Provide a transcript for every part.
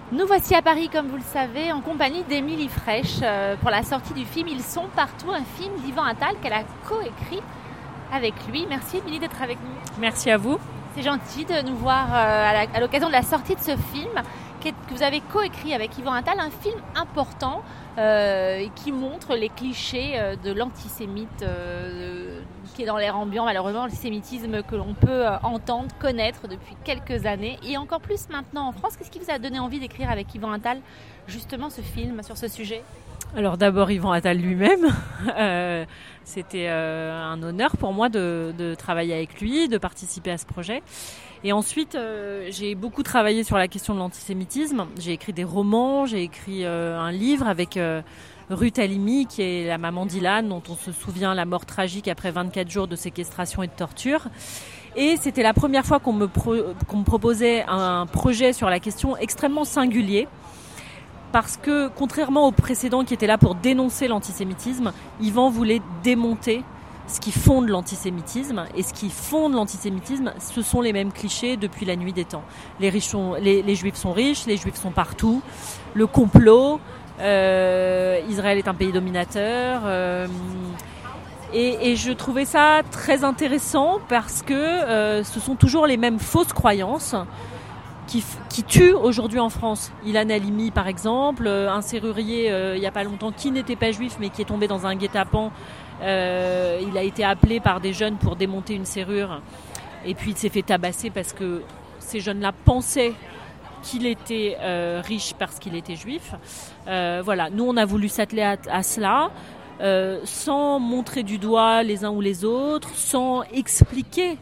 Nous voici à Paris, comme vous le savez, en compagnie d'Émilie Frèche pour la sortie du film Ils sont partout, un film d'Yvan Attal qu'elle a coécrit avec lui. Merci Émilie d'être avec nous. Merci à vous. C'est gentil de nous voir à l'occasion de la sortie de ce film que vous avez coécrit avec Yvan Attal, un film important qui montre les clichés de l'antisémite qui est dans l'air ambiant, malheureusement, l'antisémitisme que l'on peut entendre, connaître depuis quelques années et encore plus maintenant en France. Qu'est-ce qui vous a donné envie d'écrire avec Yvan Attal justement ce film sur ce sujet ? Alors d'abord Yvan Attal lui-même, c'était un honneur pour moi de travailler avec lui, de participer à ce projet. Et ensuite, j'ai beaucoup travaillé sur la question de l'antisémitisme. J'ai écrit des romans, j'ai écrit un livre avec Ruth Halimi, qui est la maman d'Ilan, dont on se souvient la mort tragique après 24 jours de séquestration et de torture. Et c'était la première fois qu'on me proposait un projet sur la question extrêmement singulier. Parce que, contrairement au précédent qui était là pour dénoncer l'antisémitisme, Yvan voulait démonter ce qui fonde l'antisémitisme. Et ce qui fonde l'antisémitisme, ce sont les mêmes clichés depuis la nuit des temps. Les juifs sont riches, les juifs sont partout, le complot, Israël est un pays dominateur. Et je trouvais ça très intéressant parce que ce sont toujours les mêmes fausses croyances qui tue aujourd'hui en France. Ilan Halimi, par exemple, un serrurier il n'y a pas longtemps qui n'était pas juif mais qui est tombé dans un guet-apens. Il a été appelé par des jeunes pour démonter une serrure et puis il s'est fait tabasser parce que ces jeunes-là pensaient qu'il était riche parce qu'il était juif. Voilà, nous on a voulu s'atteler à cela sans montrer du doigt les uns ou les autres, sans expliquer.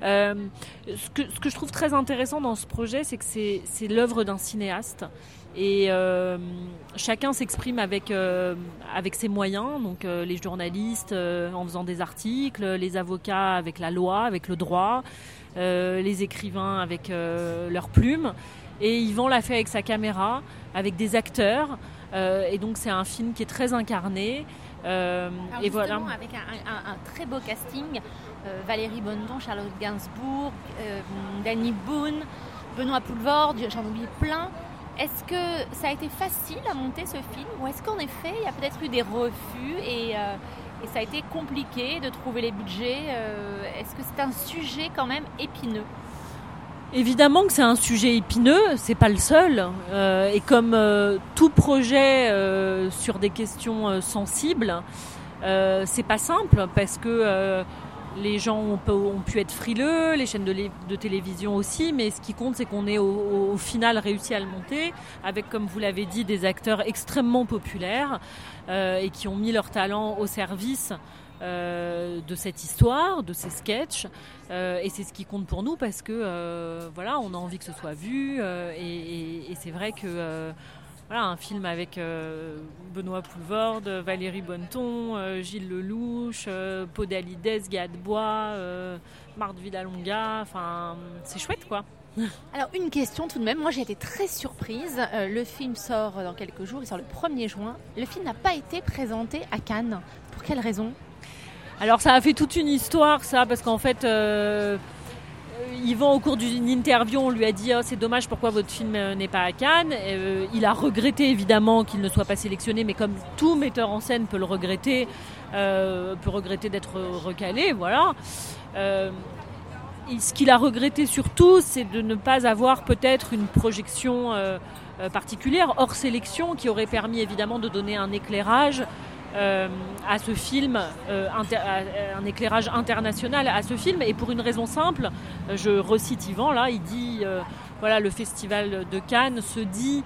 Ce que je trouve très intéressant dans ce projet, c'est que c'est l'œuvre d'un cinéaste et chacun s'exprime avec ses moyens, donc les journalistes en faisant des articles, les avocats avec la loi, avec le droit, les écrivains avec leurs plumes, et Yvan l'a fait avec sa caméra, avec des acteurs, et donc c'est un film qui est très incarné. Et voilà, avec un très beau casting. Valérie Bonneton, Charlotte Gainsbourg, Danny Boone, Benoît Poelvoorde, j'en oublie plein. Est-ce que ça a été facile à monter ce film ou est-ce qu'en effet il y a peut-être eu des refus et ça a été compliqué de trouver les budgets Est-ce que c'est un sujet quand même épineux ? Évidemment que c'est un sujet épineux, c'est pas le seul. Et comme tout projet sur des questions sensibles, c'est pas simple parce que les gens ont pu être frileux, les chaînes de télévision aussi, mais ce qui compte, c'est qu'on ait au final réussi à le monter avec, comme vous l'avez dit, des acteurs extrêmement populaires et qui ont mis leur talent au service de cette histoire, de ces sketchs. Et c'est ce qui compte pour nous parce que voilà, on a envie que ce soit vu et c'est vrai que voilà, un film avec Benoît Poelvoorde, Valérie Bonneton, Gilles Lelouch, Podalides, Gadebois, Marthe Villalonga, enfin c'est chouette quoi. Alors une question tout de même, moi j'ai été très surprise, le film sort dans quelques jours, il sort le 1er juin, le film n'a pas été présenté à Cannes, pour quelle raison ? Alors ça a fait toute une histoire ça, parce qu'en fait Yvan, au cours d'une interview, on lui a dit c'est dommage, pourquoi votre film n'est pas à Cannes. Il a regretté évidemment qu'il ne soit pas sélectionné, mais comme tout metteur en scène peut le regretter, d'être recalé, voilà. Ce qu'il a regretté surtout, c'est de ne pas avoir peut-être une projection particulière hors sélection qui aurait permis évidemment de donner un éclairage à ce film, un éclairage international à ce film, et pour une raison simple, je recite Yvan là, il dit voilà, le festival de Cannes se dit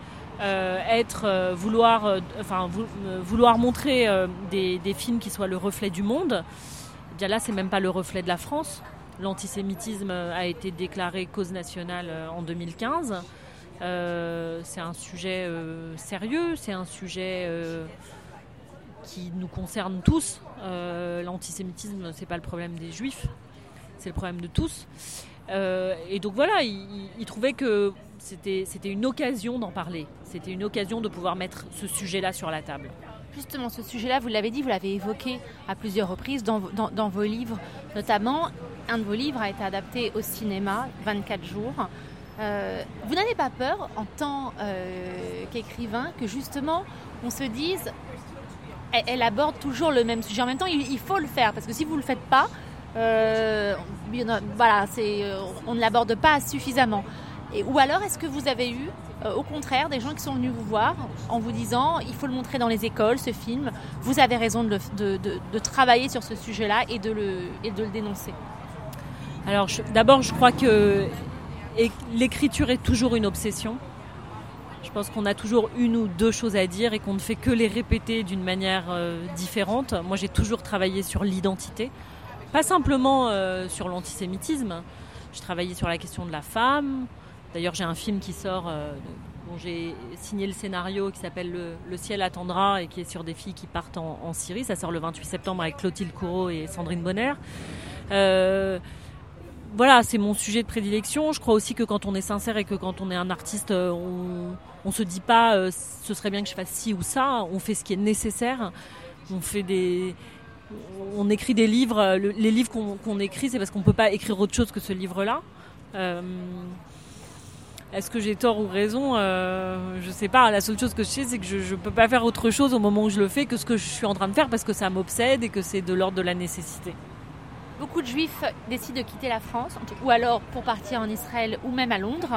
vouloir montrer des films qui soient le reflet du monde. Et bien là, c'est même pas le reflet de la France. L'antisémitisme a été déclaré cause nationale en 2015. C'est un sujet sérieux, c'est un sujet qui nous concerne tous. L'antisémitisme, c'est pas le problème des juifs, c'est le problème de tous. Et donc voilà, il trouvait que c'était une occasion d'en parler. C'était une occasion de pouvoir mettre ce sujet-là sur la table. Justement, ce sujet-là, vous l'avez dit, vous l'avez évoqué à plusieurs reprises dans vos livres. Notamment, un de vos livres a été adapté au cinéma, 24 jours. Vous n'avez pas peur, en tant qu'écrivain, que justement on se dise elle aborde toujours le même sujet. En même temps, il faut le faire, parce que si vous ne le faites pas, on ne l'aborde pas suffisamment. Ou alors, est-ce que vous avez eu, au contraire, des gens qui sont venus vous voir en vous disant il faut le montrer dans les écoles, ce film, vous avez raison de travailler sur ce sujet-là et de le dénoncer? Alors, d'abord, je crois que l'écriture est toujours une obsession. Je pense qu'on a toujours une ou deux choses à dire et qu'on ne fait que les répéter d'une manière différente. Moi, j'ai toujours travaillé sur l'identité, pas simplement sur l'antisémitisme. J'ai travaillé sur la question de la femme. D'ailleurs, j'ai un film qui sort, dont j'ai signé le scénario, qui s'appelle Le ciel attendra et qui est sur des filles qui partent en Syrie. Ça sort le 28 septembre avec Clotilde Courreau et Sandrine Bonner. Voilà, c'est mon sujet de prédilection. Je crois aussi que quand on est sincère et que quand on est un artiste, on se dit pas ce serait bien que je fasse ci ou ça. On fait ce qui est nécessaire. On écrit des livres. Les livres qu'on écrit, c'est parce qu'on peut pas écrire autre chose que ce livre-là. Est-ce que j'ai tort ou raison? Je sais pas. La seule chose que je sais, c'est que je peux pas faire autre chose au moment où je le fais que ce que je suis en train de faire, parce que ça m'obsède et que c'est de l'ordre de la nécessité. Beaucoup de Juifs décident de quitter la France, ou alors pour partir en Israël ou même à Londres.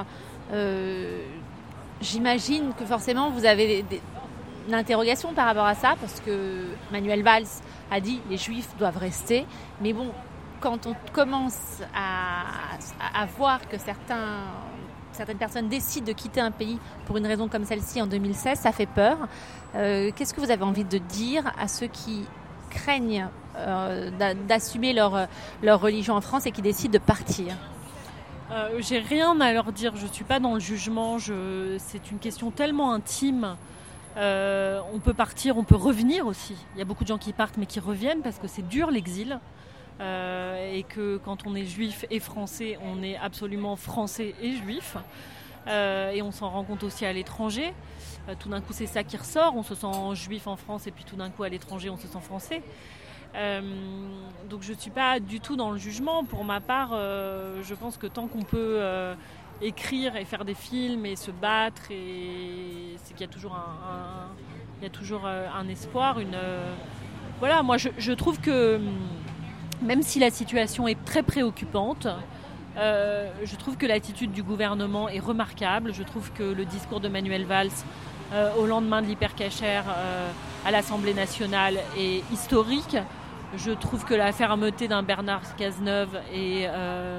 J'imagine que forcément vous avez une interrogation par rapport à ça, parce que Manuel Valls a dit les Juifs doivent rester. Mais bon, quand on commence à voir que certaines personnes décident de quitter un pays pour une raison comme celle-ci en 2016, ça fait peur. Qu'est-ce que vous avez envie de dire à ceux qui craignent d'assumer leur religion en France et qui décident de partir? J'ai rien à leur dire, je suis pas dans le jugement, c'est une question tellement intime. On peut partir, on peut revenir aussi. Il y a beaucoup de gens qui partent mais qui reviennent parce que c'est dur l'exil. Et que quand on est juif et français, on est absolument français et juif. Et on s'en rend compte aussi à l'étranger. Tout d'un coup, c'est ça qui ressort. On se sent juif en France et puis tout d'un coup, à l'étranger, on se sent français. Donc je ne suis pas du tout dans le jugement. Pour ma part, je pense que tant qu'on peut écrire et faire des films et se battre, c'est qu'il y a toujours un espoir. Voilà, moi je trouve que même si la situation est très préoccupante, je trouve que l'attitude du gouvernement est remarquable. Je trouve que le discours de Manuel Valls au lendemain de l'hypercacher à l'Assemblée nationale est historique. Je trouve que la fermeté d'un Bernard Cazeneuve est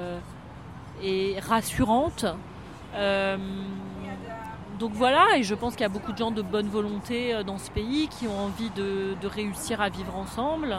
rassurante. Donc voilà, et je pense qu'il y a beaucoup de gens de bonne volonté dans ce pays qui ont envie de réussir à vivre ensemble.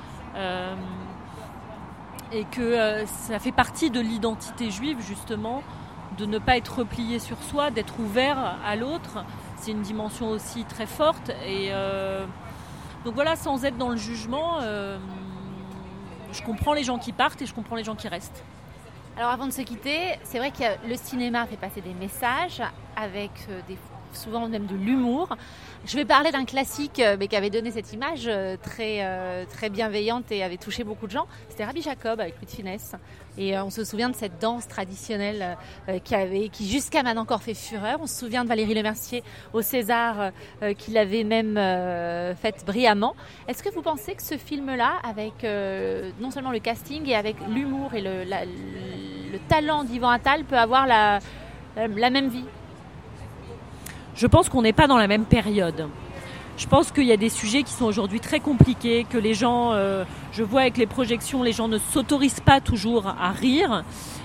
Et que ça fait partie de l'identité juive, justement, de ne pas être replié sur soi, d'être ouvert à l'autre. C'est une dimension aussi très forte. Et donc voilà, sans être dans le jugement, je comprends les gens qui partent et je comprends les gens qui restent. Alors avant de se quitter, c'est vrai que le cinéma fait passer des messages avec souvent même de l'humour. Je vais parler d'un classique mais qui avait donné cette image très bienveillante et avait touché beaucoup de gens. C'était Rabbi Jacob avec Louis de Funès. Et on se souvient de cette danse traditionnelle qui jusqu'à maintenant encore fait fureur. On se souvient de Valérie Lemercier au César qui l'avait même faite brillamment. Est-ce que vous pensez que ce film-là, avec non seulement le casting et avec l'humour et le talent d'Yvan Attal, peut avoir la même vie? Je pense qu'on n'est pas dans la même période. Je pense qu'il y a des sujets qui sont aujourd'hui très compliqués, que les gens, je vois avec les projections, les gens ne s'autorisent pas toujours à rire.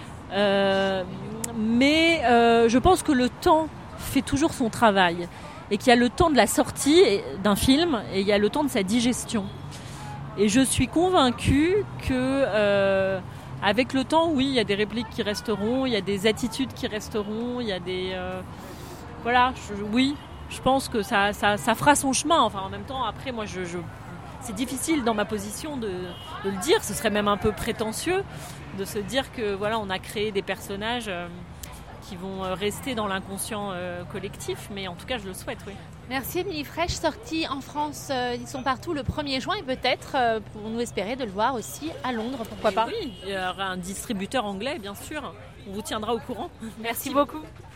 Mais je pense que le temps fait toujours son travail. Et qu'il y a le temps de la sortie d'un film et il y a le temps de sa digestion. Et je suis convaincue que avec le temps, oui, il y a des répliques qui resteront, il y a des attitudes qui resteront, il y a des... Voilà, oui, je pense que ça fera son chemin. Enfin, en même temps, après, moi, c'est difficile dans ma position de le dire. Ce serait même un peu prétentieux de se dire que voilà, on a créé des personnages qui vont rester dans l'inconscient collectif. Mais en tout cas, je le souhaite, oui. Merci Émilie Fraiche, sortie en France, ils sont partout le 1er juin et peut-être pouvons-nous espérer de le voir aussi à Londres, pourquoi pas? Oui, il y aura un distributeur anglais, bien sûr. on vous tiendra au courant. Merci beaucoup.